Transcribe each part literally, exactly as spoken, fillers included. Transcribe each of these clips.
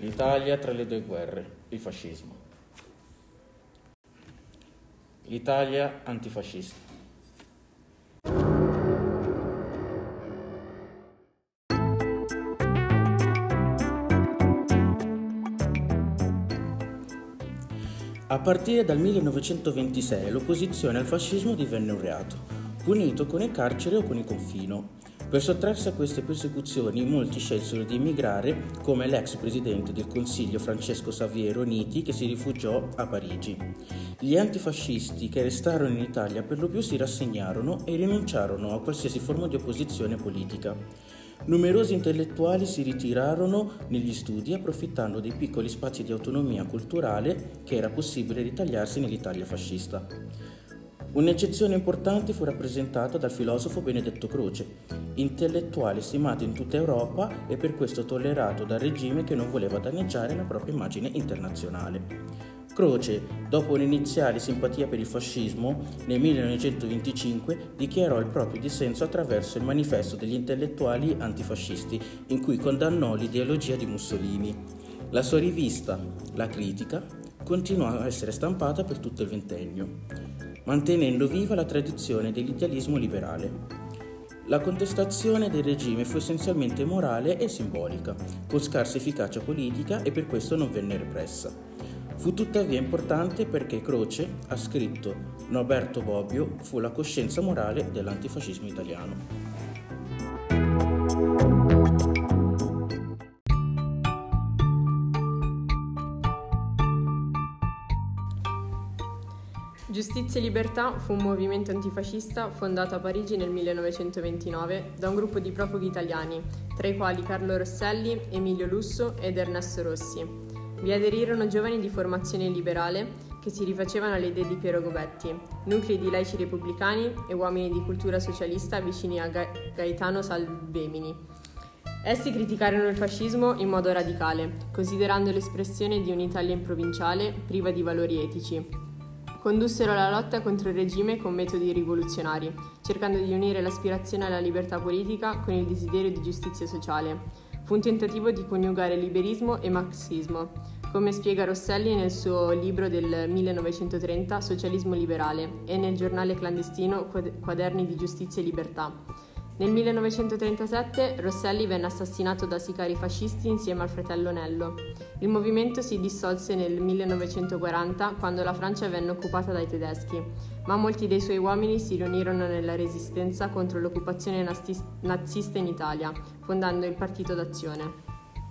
l'Italia tra le due guerre, il fascismo. L'Italia antifascista. A partire dal millenovecentoventisei l'opposizione al fascismo divenne un reato, punito con il carcere o con il confino. Per sottrarsi a queste persecuzioni molti scelsero di emigrare, come l'ex presidente del Consiglio Francesco Saviero Nitti, che si rifugiò a Parigi. Gli antifascisti che restarono in Italia per lo più si rassegnarono e rinunciarono a qualsiasi forma di opposizione politica. Numerosi intellettuali si ritirarono negli studi approfittando dei piccoli spazi di autonomia culturale che era possibile ritagliarsi nell'Italia fascista. Un'eccezione importante fu rappresentata dal filosofo Benedetto Croce, intellettuale stimato in tutta Europa e per questo tollerato dal regime che non voleva danneggiare la propria immagine internazionale. Croce, dopo un'iniziale simpatia per il fascismo, nel millenovecentoventicinque dichiarò il proprio dissenso attraverso il Manifesto degli intellettuali antifascisti, in cui condannò l'ideologia di Mussolini. La sua rivista, La Critica, continuò a essere stampata per tutto il ventennio, mantenendo viva la tradizione dell'idealismo liberale. La contestazione del regime fu essenzialmente morale e simbolica, con scarsa efficacia politica e per questo non venne repressa. Fu tuttavia importante perché Croce ha scritto Norberto Bobbio fu la coscienza morale dell'antifascismo italiano. Giustizia e Libertà fu un movimento antifascista fondato a Parigi nel millenovecentoventinove da un gruppo di profughi italiani, tra i quali Carlo Rosselli, Emilio Lusso ed Ernesto Rossi. Vi aderirono giovani di formazione liberale che si rifacevano alle idee di Piero Gobetti, nuclei di laici repubblicani e uomini di cultura socialista vicini a Ga- Gaetano Salvemini. Essi criticarono il fascismo in modo radicale, considerando l'espressione di un'Italia improvinciale priva di valori etici. Condussero la lotta contro il regime con metodi rivoluzionari, cercando di unire l'aspirazione alla libertà politica con il desiderio di giustizia sociale. Fu un tentativo di coniugare liberismo e marxismo, come spiega Rosselli nel suo libro del millenovecentotrenta Socialismo liberale e nel giornale clandestino Quaderni di giustizia e libertà. Nel millenovecentotrentasette Rosselli venne assassinato da sicari fascisti insieme al fratello Nello. Il movimento si dissolse nel millenovecentoquaranta quando la Francia venne occupata dai tedeschi, ma molti dei suoi uomini si riunirono nella resistenza contro l'occupazione nazista in Italia, fondando il Partito d'Azione.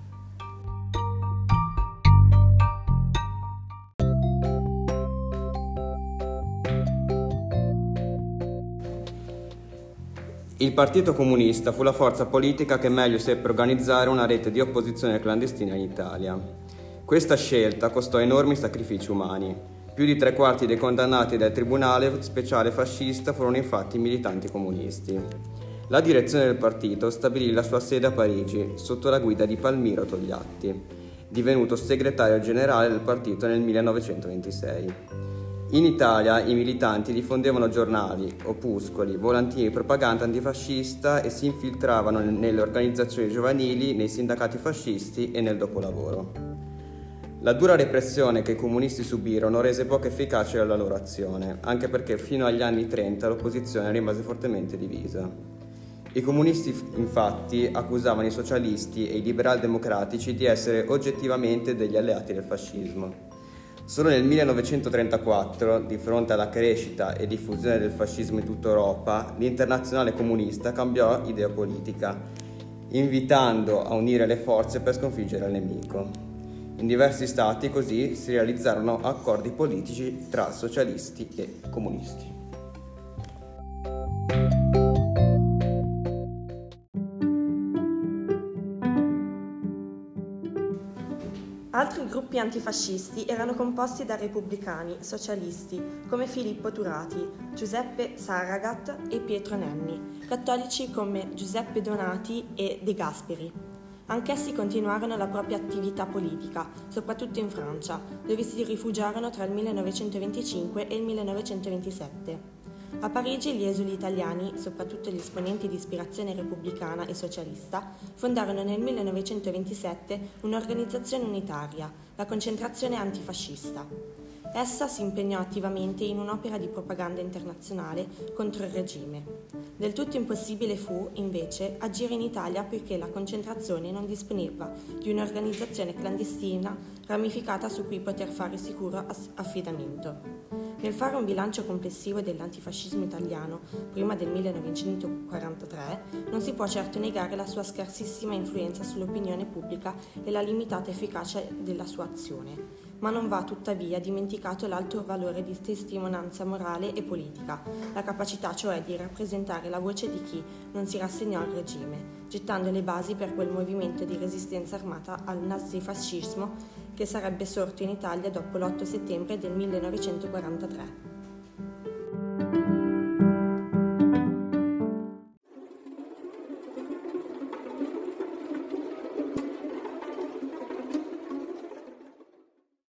Il Partito Comunista fu la forza politica che meglio seppe organizzare una rete di opposizione clandestina in Italia. Questa scelta costò enormi sacrifici umani. Più di tre quarti dei condannati dal Tribunale Speciale Fascista furono infatti militanti comunisti. La direzione del partito stabilì la sua sede a Parigi, sotto la guida di Palmiro Togliatti, divenuto segretario generale del partito nel millenovecentoventisei. In Italia i militanti diffondevano giornali, opuscoli, volantini di propaganda antifascista e si infiltravano nelle organizzazioni giovanili, nei sindacati fascisti e nel dopolavoro. La dura repressione che i comunisti subirono rese poco efficace la loro azione, anche perché fino agli anni trenta l'opposizione rimase fortemente divisa. I comunisti infatti accusavano i socialisti e i liberal-democratici di essere oggettivamente degli alleati del fascismo. Solo nel millenovecentotrentaquattro, di fronte alla crescita e diffusione del fascismo in tutta Europa, l'Internazionale Comunista cambiò idea politica, invitando a unire le forze per sconfiggere il nemico. In diversi stati così si realizzarono accordi politici tra socialisti e comunisti. Altri gruppi antifascisti erano composti da repubblicani, socialisti, come Filippo Turati, Giuseppe Saragat e Pietro Nenni, cattolici come Giuseppe Donati e De Gasperi. Anch'essi continuarono la propria attività politica, soprattutto in Francia, dove si rifugiarono tra il millenovecentoventicinque e il millenovecentoventisette. A Parigi gli esuli italiani, soprattutto gli esponenti di ispirazione repubblicana e socialista, fondarono nel millenovecentoventisette un'organizzazione unitaria, la Concentrazione Antifascista. Essa si impegnò attivamente in un'opera di propaganda internazionale contro il regime. Del tutto impossibile fu, invece, agire in Italia poiché la concentrazione non disponeva di un'organizzazione clandestina ramificata su cui poter fare sicuro affidamento. Nel fare un bilancio complessivo dell'antifascismo italiano prima del millenovecentoquarantatré, non si può certo negare la sua scarsissima influenza sull'opinione pubblica e la limitata efficacia della sua azione. Ma non va tuttavia dimenticato l'alto valore di testimonianza morale e politica, la capacità cioè di rappresentare la voce di chi non si rassegnò al regime, gettando le basi per quel movimento di resistenza armata al nazifascismo che sarebbe sorto in Italia dopo l'otto settembre del millenovecentoquarantatré.